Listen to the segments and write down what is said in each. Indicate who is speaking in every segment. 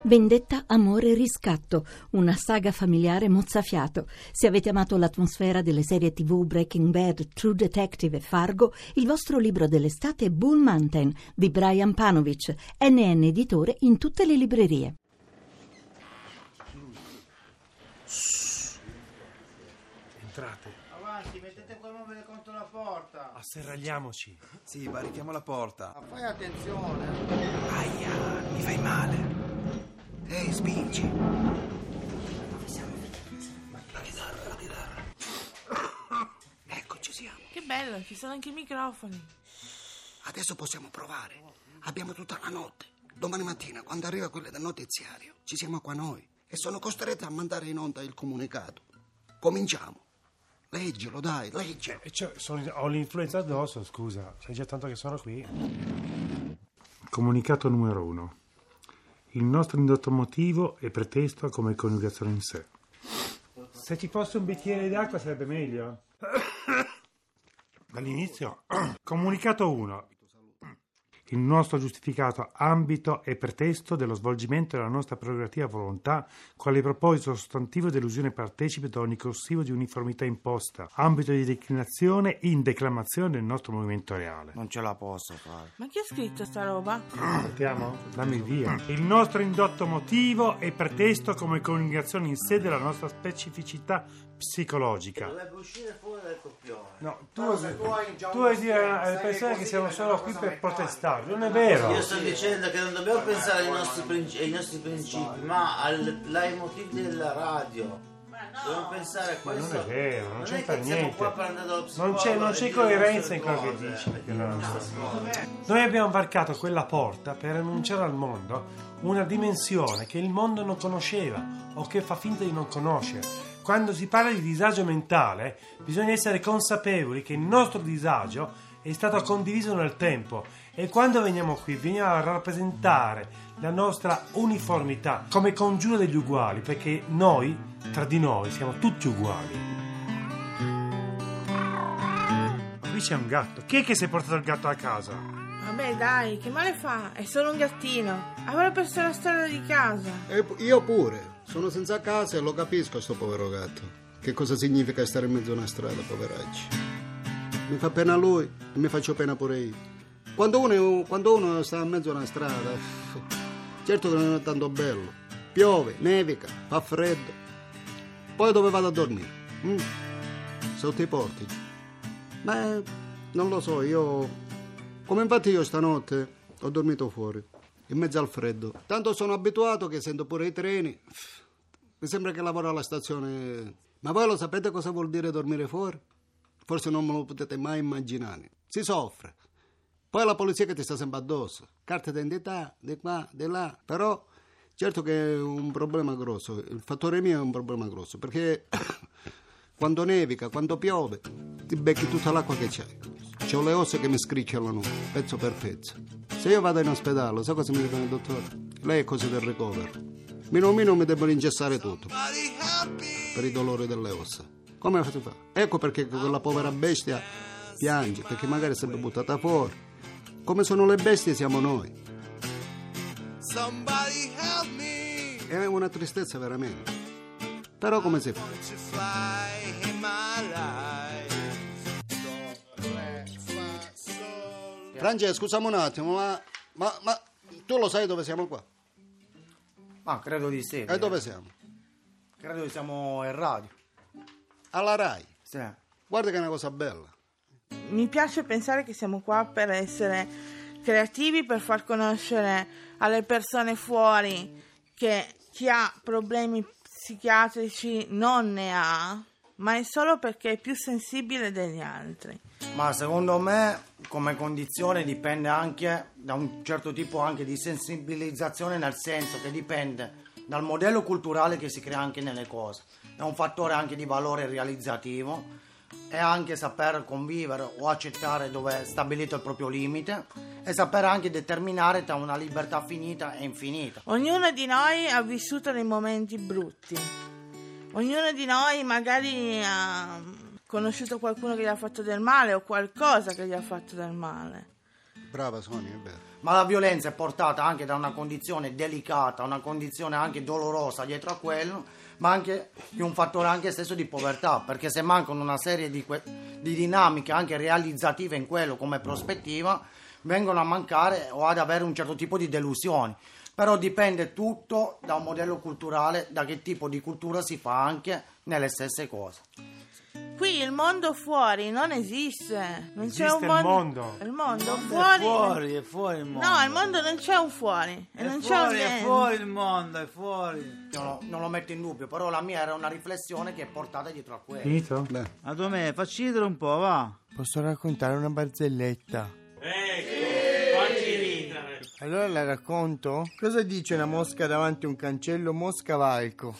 Speaker 1: Vendetta, amore, riscatto, una saga familiare mozzafiato. Se avete amato l'atmosfera delle serie TV Breaking Bad, True Detective e Fargo, il vostro libro dell'estate è Bull Mountain di Brian Panovic, NN Editore, in tutte le librerie.
Speaker 2: Entrate.
Speaker 3: Avanti, mettete quel mobile contro la porta.
Speaker 2: Asserragliamoci.
Speaker 4: Sì, barrichiamo la porta.
Speaker 3: Ma fai attenzione.
Speaker 4: Aia, mi fai male. Ehi, spingi. La chitarra. Ecco, ci siamo.
Speaker 5: Che bello, ci sono anche i microfoni.
Speaker 4: Adesso possiamo provare. Abbiamo tutta la notte. Domani mattina, quando arriva quella del notiziario, ci siamo qua noi. E sono costretti a mandare in onda il comunicato. Cominciamo. Leggilo, dai, leggilo.
Speaker 2: Ho l'influenza addosso, scusa. Sai già tanto che sono qui. Comunicato numero 1. Il nostro indotto motivo è pretesto come coniugazione in sé. Se ci fosse un bicchiere d'acqua sarebbe meglio. Dall'inizio. Comunicato 1. Il nostro giustificato ambito e pretesto dello svolgimento della nostra prerogativa volontà, quale proposito sostantivo delusione partecipe da ogni corsivo di uniformità imposta, ambito di declinazione in declamazione del nostro movimento reale.
Speaker 3: Non ce la posso fare.
Speaker 5: Ma chi ha scritto sta roba?
Speaker 2: Partiamo? Dammi il via. Il nostro indotto motivo è pretesto come coniugazione in sé della nostra specificità psicologica.
Speaker 3: Dovrebbe uscire fuori dal copione.
Speaker 2: No, tu vuoi dire alle persone che siamo solo qui per protestare. Non è vero.
Speaker 3: Io sto dicendo che non dobbiamo pensare ai nostri principi, ma al leitmotiv della radio. Dobbiamo pensare a
Speaker 2: Ma
Speaker 3: questo.
Speaker 2: non è vero, non c'entra
Speaker 3: è che siamo
Speaker 2: niente.
Speaker 3: qua per andare dallo
Speaker 2: Non
Speaker 3: psicologo
Speaker 2: c'è
Speaker 3: e dire
Speaker 2: coerenza
Speaker 3: le
Speaker 2: in quello che
Speaker 3: nostre
Speaker 2: dici.
Speaker 3: cose.
Speaker 2: Perché noi abbiamo varcato quella porta per annunciare al mondo una dimensione che il mondo non conosceva o che fa finta di non conoscere. Quando si parla di disagio mentale, bisogna essere consapevoli che il nostro disagio è stato condiviso nel tempo e quando veniamo qui veniamo a rappresentare la nostra uniformità come congiuro degli uguali, perché noi, tra di noi, siamo tutti uguali. Qui c'è un gatto. Chi è che si è portato il gatto a casa?
Speaker 5: Vabbè dai, che male fa? È solo un gattino. Avrà perso la strada di casa.
Speaker 6: Io pure, sono senza casa e lo capisco sto povero gatto. Che cosa significa stare in mezzo a una strada, poveracci. Mi fa pena lui e mi faccio pena pure io. Quando uno sta in mezzo a una strada, certo che non è tanto bello. Piove, nevica, fa freddo. Poi dove vado a dormire? Sotto i portici. Ma non lo so, come infatti io stanotte ho dormito fuori, in mezzo al freddo. Tanto sono abituato che sento pure i treni. Mi sembra che lavoro alla stazione. Ma voi lo sapete cosa vuol dire dormire fuori? Forse non me lo potete mai immaginare. Si soffre. Poi la polizia che ti sta sempre addosso. Carte d'identità, di qua, di là. Però certo che è un problema grosso. Il fattore mio è un problema grosso. Perché quando nevica, quando piove, ti becchi tutta l'acqua che c'hai. C'ho le ossa che mi scricchiolano pezzo per pezzo. Se io vado in ospedale, so cosa mi dicono il dottore? Lei è cosa del ricovero. Mino mi devono ingessare tutto. Per i dolori delle ossa. Come si fa? Ecco perché quella povera bestia piange, perché magari è sempre buttata fuori. Come sono le bestie siamo noi. È una tristezza veramente. Però come si fa? Francesco, scusami un attimo, ma tu lo sai dove siamo qua?
Speaker 3: Ma credo di sì.
Speaker 6: E dove siamo?
Speaker 3: Credo che siamo in radio.
Speaker 6: Alla Rai.
Speaker 3: Sì.
Speaker 6: Guarda che è una cosa bella.
Speaker 5: Mi piace pensare che siamo qua per essere creativi, per far conoscere alle persone fuori che chi ha problemi psichiatrici non ne ha, ma è solo perché è più sensibile degli altri.
Speaker 7: Ma secondo me come condizione dipende anche da un certo tipo anche di sensibilizzazione, nel senso che dipende dal modello culturale che si crea anche nelle cose. È un fattore anche di valore realizzativo e anche saper convivere o accettare dove è stabilito il proprio limite e saper anche determinare tra una libertà finita e infinita.
Speaker 5: Ognuno di noi ha vissuto dei momenti brutti. Ognuno di noi magari ha conosciuto qualcuno che gli ha fatto del male o qualcosa che gli ha fatto del male.
Speaker 6: Brava Sonia, è vero.
Speaker 7: Ma la violenza è portata anche da una condizione delicata, una condizione anche dolorosa dietro a quello, ma anche di un fattore anche stesso di povertà, perché se mancano una serie di dinamiche anche realizzative in quello come prospettiva, vengono a mancare o ad avere un certo tipo di delusioni. Però dipende tutto da un modello culturale, da che tipo di cultura si fa anche nelle stesse cose.
Speaker 5: Qui il mondo fuori non esiste. Non
Speaker 2: Esiste
Speaker 5: c'è un
Speaker 2: mondo.
Speaker 5: Il mondo
Speaker 3: È fuori il mondo.
Speaker 5: No, il mondo non c'è un fuori. E non c'è un
Speaker 3: È
Speaker 5: dentro.
Speaker 3: fuori il mondo, è fuori.
Speaker 7: Non lo metto in dubbio, però la mia era una riflessione che è portata dietro a quello.
Speaker 2: Finito?
Speaker 6: Beh,
Speaker 3: A me, facci ridere un po', va.
Speaker 8: Posso raccontare una barzelletta?
Speaker 2: Facci ridere.
Speaker 8: Allora la racconto? Cosa dice una mosca davanti a un cancello moscavalco?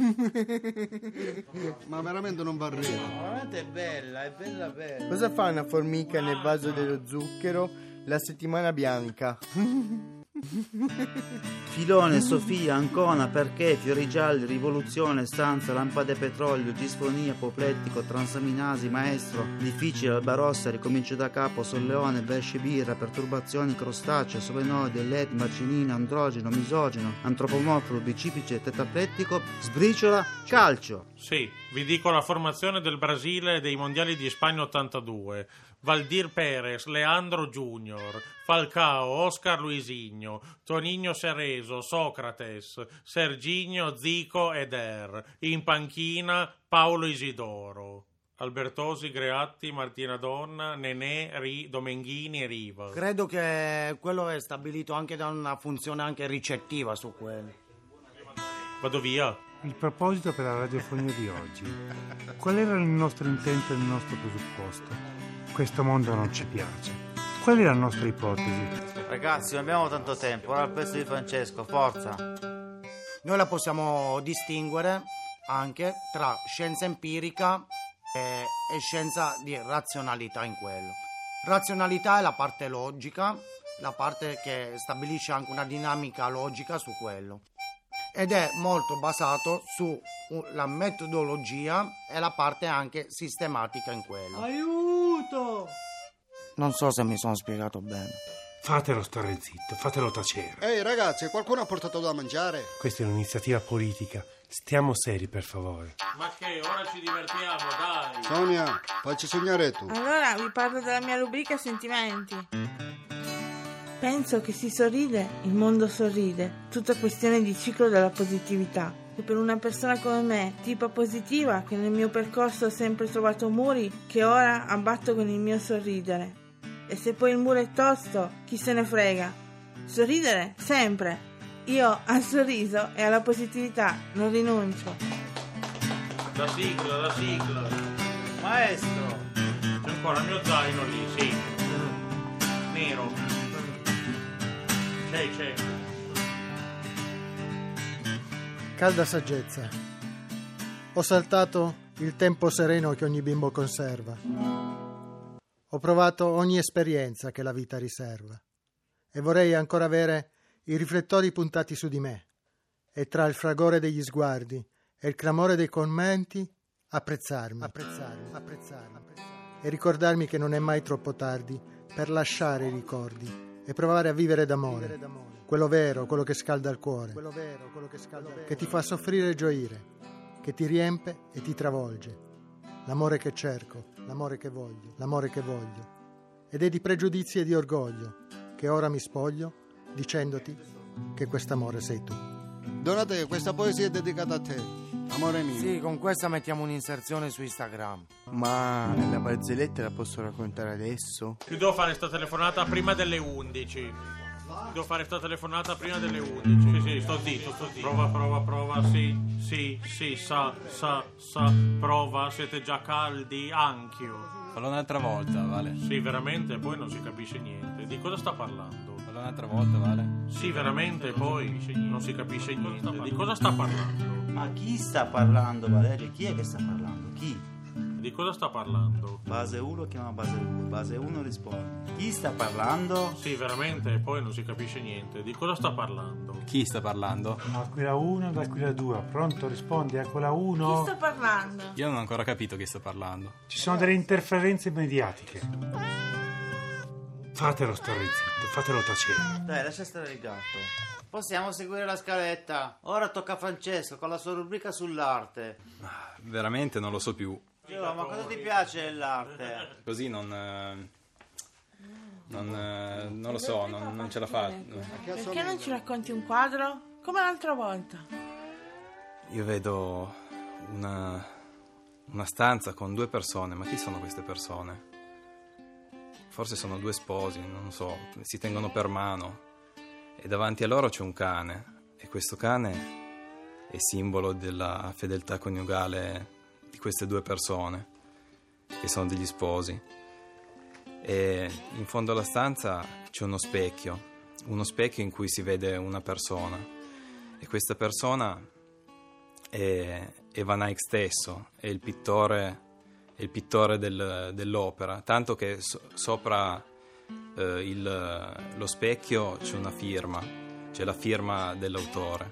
Speaker 6: ma veramente non va a ridere.
Speaker 3: Veramente è bella, bella.
Speaker 8: Cosa fa una formica nel vaso dello zucchero la settimana bianca?
Speaker 3: Filone, Sofia, Ancona, perché, fiori gialli, rivoluzione, stanza, lampade petrolio, disfonia, apoplettico, transaminasi, maestro, difficile, alba rossa, ricomincio da capo, solleone, besce birra, perturbazioni, crostaceo, solenode, led, marcinino, androgeno, misogeno, antropomorfo, bicipice, tetaplettico, sbriciola, calcio.
Speaker 9: Sì, vi dico la formazione del Brasile dei mondiali di Spagna 82. Valdir Perez, Leandro Junior, Falcao, Oscar Luisinho, Toninho Cerezo, Socrates, Serginho, Zico ed Er. In panchina Paolo Isidoro. Albertosi, Greatti, Martina Donna, Nenè, Domenghini e Riva.
Speaker 7: Credo che quello è stabilito anche da una funzione anche ricettiva su quello.
Speaker 9: Vado via.
Speaker 2: Il proposito per la radiofonia di oggi. Qual era il nostro intento e il nostro presupposto? Questo mondo non ci piace. Qual è la nostra ipotesi?
Speaker 3: Ragazzi, non abbiamo tanto tempo. Ora al pezzo di Francesco, forza.
Speaker 7: Noi la possiamo distinguere anche tra scienza empirica e scienza di razionalità in quello. Razionalità è la parte logica, la parte che stabilisce anche una dinamica logica su quello. Ed è molto basato sulla metodologia e la parte anche sistematica in quello.
Speaker 8: Aiuto!
Speaker 7: Non so se mi sono spiegato bene.
Speaker 2: Fatelo stare zitto, fatelo tacere.
Speaker 6: Ehi ragazzi, qualcuno ha portato da mangiare?
Speaker 2: Questa è un'iniziativa politica. Stiamo seri, per favore.
Speaker 9: Ma che, ora ci divertiamo, dai.
Speaker 6: Sonia, facci sognare tu.
Speaker 5: Allora vi parlo della mia rubrica sentimenti. Penso che si sorride, il mondo sorride. Tutta questione di ciclo della positività. E per una persona come me, tipo positiva, che nel mio percorso ho sempre trovato muri, che ora abbatto con il mio sorridere. E se poi il muro è tosto, chi se ne frega? Sorridere, sempre. Io al sorriso e alla positività non rinuncio.
Speaker 9: La sigla.
Speaker 3: Maestro.
Speaker 9: C'è ancora il mio zaino lì, sì. Nero. C'è.
Speaker 10: Calda saggezza. Ho saltato il tempo sereno che ogni bimbo conserva. Ho provato ogni esperienza che la vita riserva. E vorrei ancora avere i riflettori puntati su di me. E tra il fragore degli sguardi e il clamore dei commenti apprezzarmi. E ricordarmi che non è mai troppo tardi per lasciare i ricordi e provare a vivere d'amore, quello vero, quello che scalda il cuore, che ti fa soffrire e gioire, che ti riempie e ti travolge, l'amore che cerco, l'amore che voglio, ed è di pregiudizi e di orgoglio che ora mi spoglio dicendoti che quest'amore sei tu.
Speaker 6: Donate, questa poesia è dedicata a te, amore mio.
Speaker 7: Sì, con questa mettiamo un'inserzione su Instagram.
Speaker 8: Ma la barzelletta la posso raccontare adesso?
Speaker 9: Io devo fare sta telefonata prima delle 11. Sì, sto zitto. Prova, sì, sa, prova, siete già caldi, anch'io.
Speaker 11: Fallo un'altra volta, Vale.
Speaker 9: Sì, veramente, poi non si capisce niente. Di cosa sta parlando?
Speaker 11: Fallo un'altra volta, Vale.
Speaker 9: Sì, veramente, poi non si capisce niente. Di cosa sta parlando?
Speaker 3: Ma chi sta parlando, Valerio? Chi è che sta parlando? Chi?
Speaker 9: Di cosa sta parlando?
Speaker 3: Base 1 chiama base 2, base 1 risponde. Chi sta parlando?
Speaker 9: Sì, veramente, poi non si capisce niente. Di cosa sta parlando?
Speaker 11: Chi sta parlando?
Speaker 2: Aquila 1 ed Aquila 2. Pronto? Rispondi, Aquila 1.
Speaker 5: Chi sta parlando?
Speaker 11: Io non ho ancora capito chi sta parlando.
Speaker 2: Ci sono delle interferenze mediatiche. Fatelo stare zitto, fatelo tacere.
Speaker 3: Dai, lascia stare il gatto. Possiamo seguire la scaletta. Ora tocca a Francesco con la sua rubrica sull'arte.
Speaker 11: Veramente non lo so più.
Speaker 3: Gio, ma cosa ti piace dell'arte?
Speaker 11: Così non lo so, non ce la fa.
Speaker 5: Perché non ci racconti un quadro? Come l'altra volta.
Speaker 11: Io vedo una stanza con 2 persone, ma chi sono queste persone? Forse sono 2 sposi, non so, si tengono per mano e davanti a loro c'è un cane e questo cane è simbolo della fedeltà coniugale di queste 2 persone che sono degli sposi. E in fondo alla stanza c'è uno specchio in cui si vede una persona e questa persona è Van Eyck stesso, è il pittore dell'opera, tanto che sopra lo specchio c'è una firma, c'è la firma dell'autore.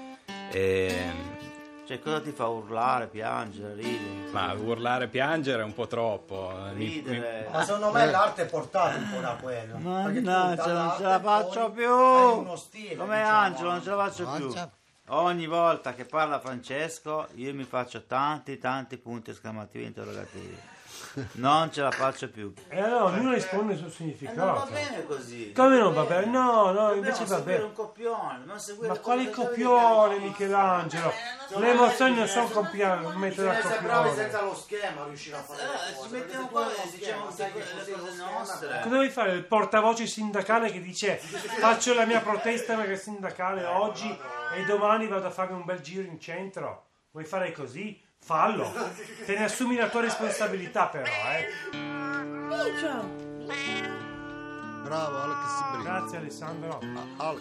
Speaker 3: Cioè, cosa ti fa urlare, piangere, ridere?
Speaker 11: Ma urlare, piangere è un po' troppo.
Speaker 3: Ridere.
Speaker 7: Ma secondo me l'arte è portata un po' da quello.
Speaker 3: Mannaggia, non ce la faccio più.
Speaker 7: Uno stile,
Speaker 3: Come Angelo, non ce la faccio più. Ogni volta che parla Francesco io mi faccio tanti punti esclamativi interrogativi. Non ce la faccio più.
Speaker 2: E allora ognuno risponde sul significato.
Speaker 3: Non va bene così.
Speaker 2: Come non va bene? No, invece va bene.
Speaker 3: Un copione,
Speaker 2: Ma quali copione, Michelangelo? Le emozioni non sono mettere a copione.
Speaker 7: senza lo schema riuscire a fare
Speaker 3: ci mettiamo qua e diciamo le cose nostre.
Speaker 2: Cosa devi fare? Il portavoce sindacale che dice faccio la mia protesta sindacale oggi e domani vado a fare un bel giro in centro? Vuoi fare così? Fallo, te ne assumi la tua responsabilità però,
Speaker 5: Micio!
Speaker 6: Bravo Alex Brito.
Speaker 2: Grazie Alessandro.
Speaker 6: Ale.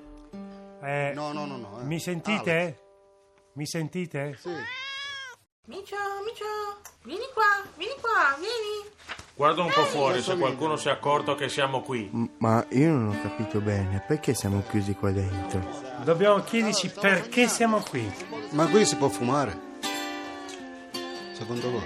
Speaker 6: No.
Speaker 2: Mi sentite?
Speaker 6: Alex.
Speaker 2: Mi sentite?
Speaker 6: Sì.
Speaker 5: Micio, vieni qua, vieni.
Speaker 9: Guarda un po' fuori se qualcuno si è accorto che siamo qui.
Speaker 8: Ma io non ho capito bene, perché siamo chiusi qua dentro?
Speaker 2: Dobbiamo chiederci perché siamo qui.
Speaker 6: Ma qui si può fumare? Secondo voi?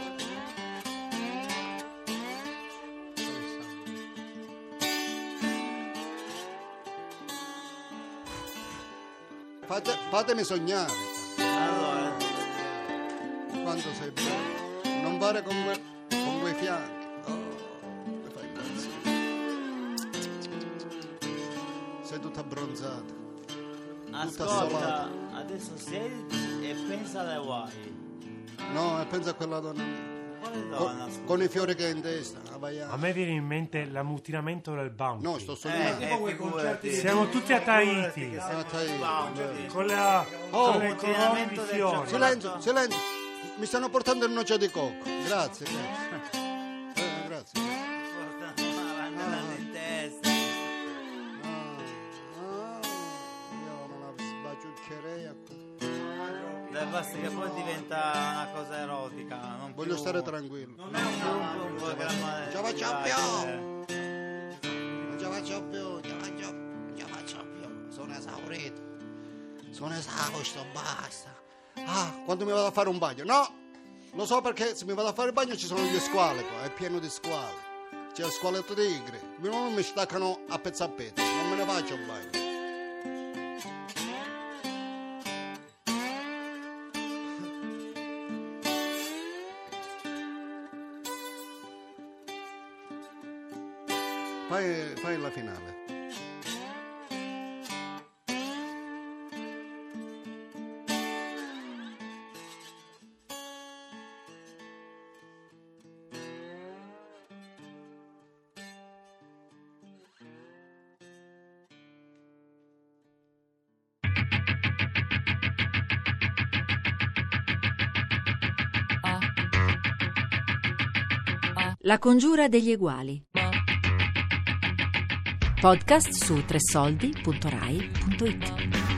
Speaker 6: Fatemi sognare.
Speaker 3: Allora,
Speaker 6: Quando sei bello. Non pare con quei fianchi. Oh, mi fai impazzire. Sei tutta abbronzata.
Speaker 3: ascolta, adesso siediti e pensa alle Hawaii.
Speaker 6: No, e pensa a quella donna lì.
Speaker 3: Quale donna?
Speaker 6: Con i fiori che ha in testa.
Speaker 2: A me viene in mente l'ammutinamento del Bounty.
Speaker 6: No, sto sognando.
Speaker 2: Siamo tutti a Tahiti. Con le corone di fiori.
Speaker 6: Silenzio. Mi stanno portando il noce di cocco. Grazie. Grazie.
Speaker 3: in testa.
Speaker 6: Io non la sbaciuccherei a
Speaker 3: Basta che poi diventa una cosa erotica. Non
Speaker 6: voglio stare tranquillo.
Speaker 3: Non è un programma.
Speaker 6: Non ce la faccio più. Sono esaurito. Sono esausto, basta. Quando mi vado a fare un bagno? No! Lo so perché se mi vado a fare il bagno ci sono gli squali qua, è pieno di squali. C'è il squaletto tigre. Non mi staccano a pezzo, non me ne faccio un bagno. Fai la finale.
Speaker 1: La congiura degli eguali. Podcast su tresoldi.rai.it.